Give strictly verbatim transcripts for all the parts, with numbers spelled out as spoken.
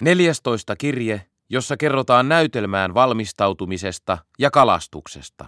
Neljästoista kirje, jossa kerrotaan näytelmään valmistautumisesta ja kalastuksesta.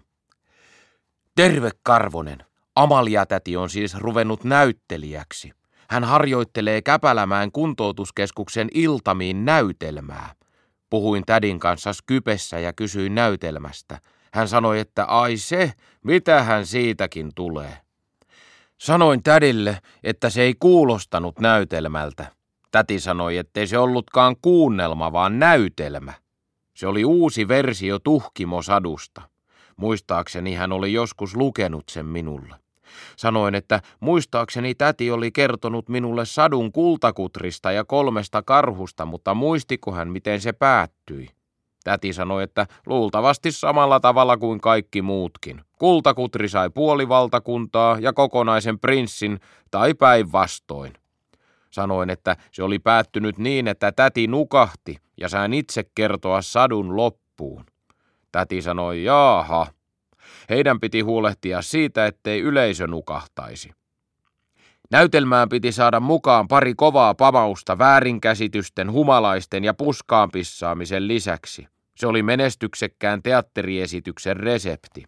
Terve Karvonen! Amalia-täti on siis ruvennut näyttelijäksi. Hän harjoittelee Käpälämäen kuntoutuskeskuksen iltamiin näytelmää. Puhuin tädin kanssa Skypessä ja kysyin näytelmästä. Hän sanoi, että ai se, mitähän siitäkin tulee. Sanoin tädille, että se ei kuulostanut näytelmältä. Täti sanoi, ettei se ollutkaan kuunnelma, vaan näytelmä. Se oli uusi versio Tuhkimo-sadusta. Muistaakseni hän oli joskus lukenut sen minulle. Sanoin, että muistaakseni täti oli kertonut minulle sadun kultakutrista ja kolmesta karhusta, mutta muistiko hän, miten se päättyi? Täti sanoi, että luultavasti samalla tavalla kuin kaikki muutkin. Kultakutri sai puolivaltakuntaa ja kokonaisen prinssin tai päinvastoin. Sanoin, että se oli päättynyt niin, että täti nukahti ja sain itse kertoa sadun loppuun. Täti sanoi, jaaha. Heidän piti huolehtia siitä, ettei yleisö nukahtaisi. Näytelmään piti saada mukaan pari kovaa pamausta väärinkäsitysten, humalaisten ja puskaan pissaamisen lisäksi. Se oli menestyksekkään teatteriesityksen resepti.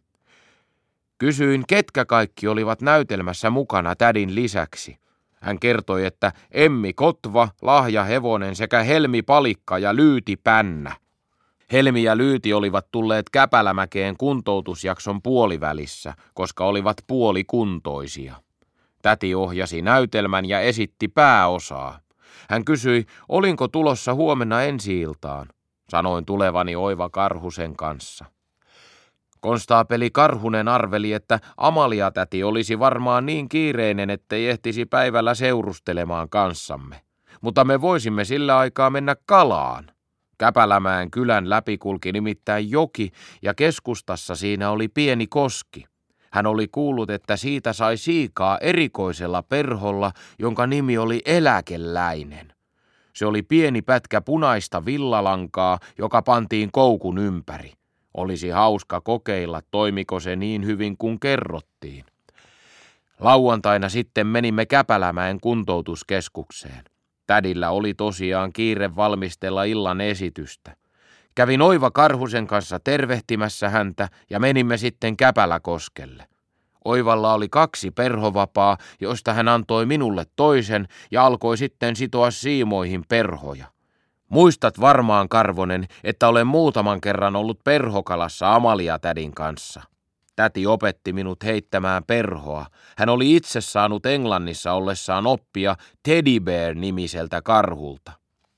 Kysyin, ketkä kaikki olivat näytelmässä mukana tädin lisäksi. Hän kertoi, että Emmi Kotva, Lahja Hevonen sekä Helmi Palikka ja Lyyti Pännä. Helmi ja Lyyti olivat tulleet Käpälämäkeen kuntoutusjakson puolivälissä, koska olivat puolikuntoisia. Täti ohjasi näytelmän ja esitti pääosaa. Hän kysyi, olinko tulossa huomenna ensi-iltaan. Sanoin tulevani Oiva Karhusen kanssa. Konstaapeli Karhunen arveli, että Amalia-täti olisi varmaan niin kiireinen, ettei ehtisi päivällä seurustelemaan kanssamme. Mutta me voisimme sillä aikaa mennä kalaan. Käpälämäen kylän läpi kulki nimittäin joki ja keskustassa siinä oli pieni koski. Hän oli kuullut, että siitä sai siikaa erikoisella perholla, jonka nimi oli Eläkeläinen. Se oli pieni pätkä punaista villalankaa, joka pantiin koukun ympäri. Olisi hauska kokeilla, toimiko se niin hyvin kuin kerrottiin. Lauantaina sitten menimme Käpälämäen kuntoutuskeskukseen. Tädillä oli tosiaan kiire valmistella illan esitystä. Kävin Oiva Karhusen kanssa tervehtimässä häntä ja menimme sitten Käpäläkoskelle. Oivalla oli kaksi perhovapaa, joista hän antoi minulle toisen ja alkoi sitten sitoa siimoihin perhoja. Muistat varmaan, Karvonen, että olen muutaman kerran ollut perhokalassa Amalia-tädin kanssa. Täti opetti minut heittämään perhoa. Hän oli itse saanut Englannissa ollessaan oppia Teddy Bear-nimiseltä karhulta.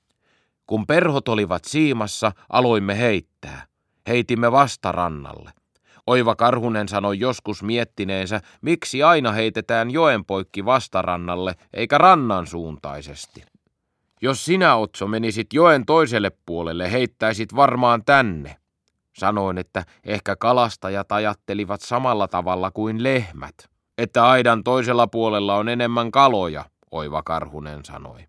Kun perhot olivat siimassa, aloimme heittää. Heitimme vastarannalle. Oiva Karhunen sanoi joskus miettineensä, miksi aina heitetään joen poikki vastarannalle eikä rannan suuntaisesti. Jos sinä, Otso, menisit joen toiselle puolelle, heittäisit varmaan tänne. Sanoin, että ehkä kalastajat ajattelivat samalla tavalla kuin lehmät, että aidan toisella puolella on enemmän kaloja, Oiva Karhunen sanoi.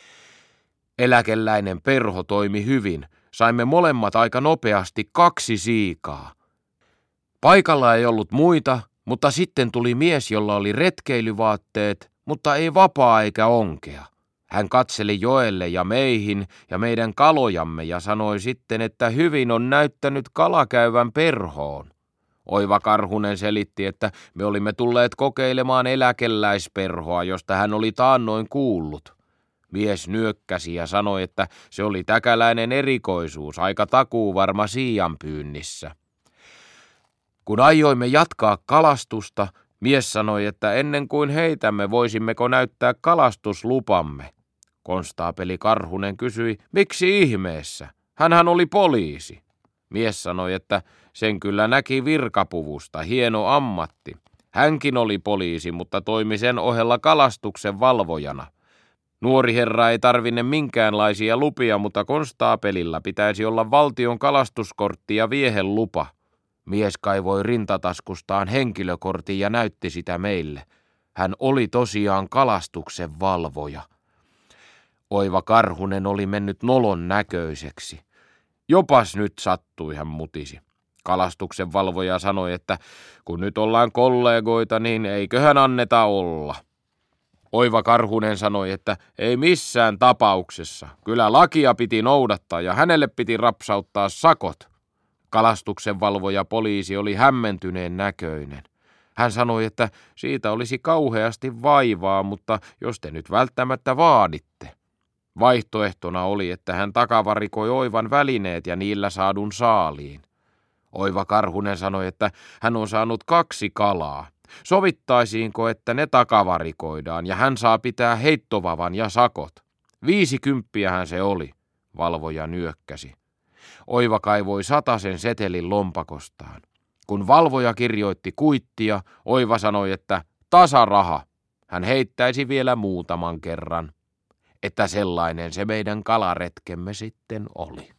Eläkeläinen perho toimi hyvin. Saimme molemmat aika nopeasti kaksi siikaa. Paikalla ei ollut muita, mutta sitten tuli mies, jolla oli retkeilyvaatteet, mutta ei vapaa eikä onkea. Hän katseli joelle ja meihin ja meidän kalojamme ja sanoi sitten, että hyvin on näyttänyt kalakäyvän perhoon. Oiva Karhunen selitti, että me olimme tulleet kokeilemaan eläkeläisperhoa, josta hän oli taannoin kuullut. Mies nyökkäsi ja sanoi, että se oli täkäläinen erikoisuus, aika takuuvarma siianpyynnissä. Kun aioimme jatkaa kalastusta, mies sanoi, että ennen kuin heitämme, voisimmeko näyttää kalastuslupamme. Konstaapeli Karhunen kysyi, miksi ihmeessä? Hänhän oli poliisi. Mies sanoi, että sen kyllä näki virkapuvusta, hieno ammatti. Hänkin oli poliisi, mutta toimi sen ohella kalastuksen valvojana. Nuori herra ei tarvinne minkäänlaisia lupia, mutta konstaapelilla pitäisi olla valtion kalastuskortti ja viehelupa. Mies kaivoi rintataskustaan henkilökortin ja näytti sitä meille. Hän oli tosiaan kalastuksen valvoja. Oiva Karhunen oli mennyt nolon näköiseksi. Jopas nyt sattui, hän mutisi. Kalastuksen valvoja sanoi, että kun nyt ollaan kollegoita, niin eiköhän anneta olla. Oiva Karhunen sanoi, että ei missään tapauksessa. Kyllä lakia piti noudattaa ja hänelle piti rapsauttaa sakot. Kalastuksenvalvoja poliisi oli hämmentyneen näköinen. Hän sanoi, että siitä olisi kauheasti vaivaa, mutta jos te nyt välttämättä vaaditte. Vaihtoehtona oli, että hän takavarikoi Oivan välineet ja niillä saadun saaliin. Oiva Karhunen sanoi, että hän on saanut kaksi kalaa. Sovittaisiinko, että ne takavarikoidaan ja hän saa pitää heittovavan ja sakot? Viisikymppiähän se oli, valvoja nyökkäsi. Oiva kaivoi satasen setelin lompakostaan. Kun valvoja kirjoitti kuittia, Oiva sanoi, että tasaraha. Hän heittäisi vielä muutaman kerran. Että sellainen se meidän kalaretkemme sitten oli.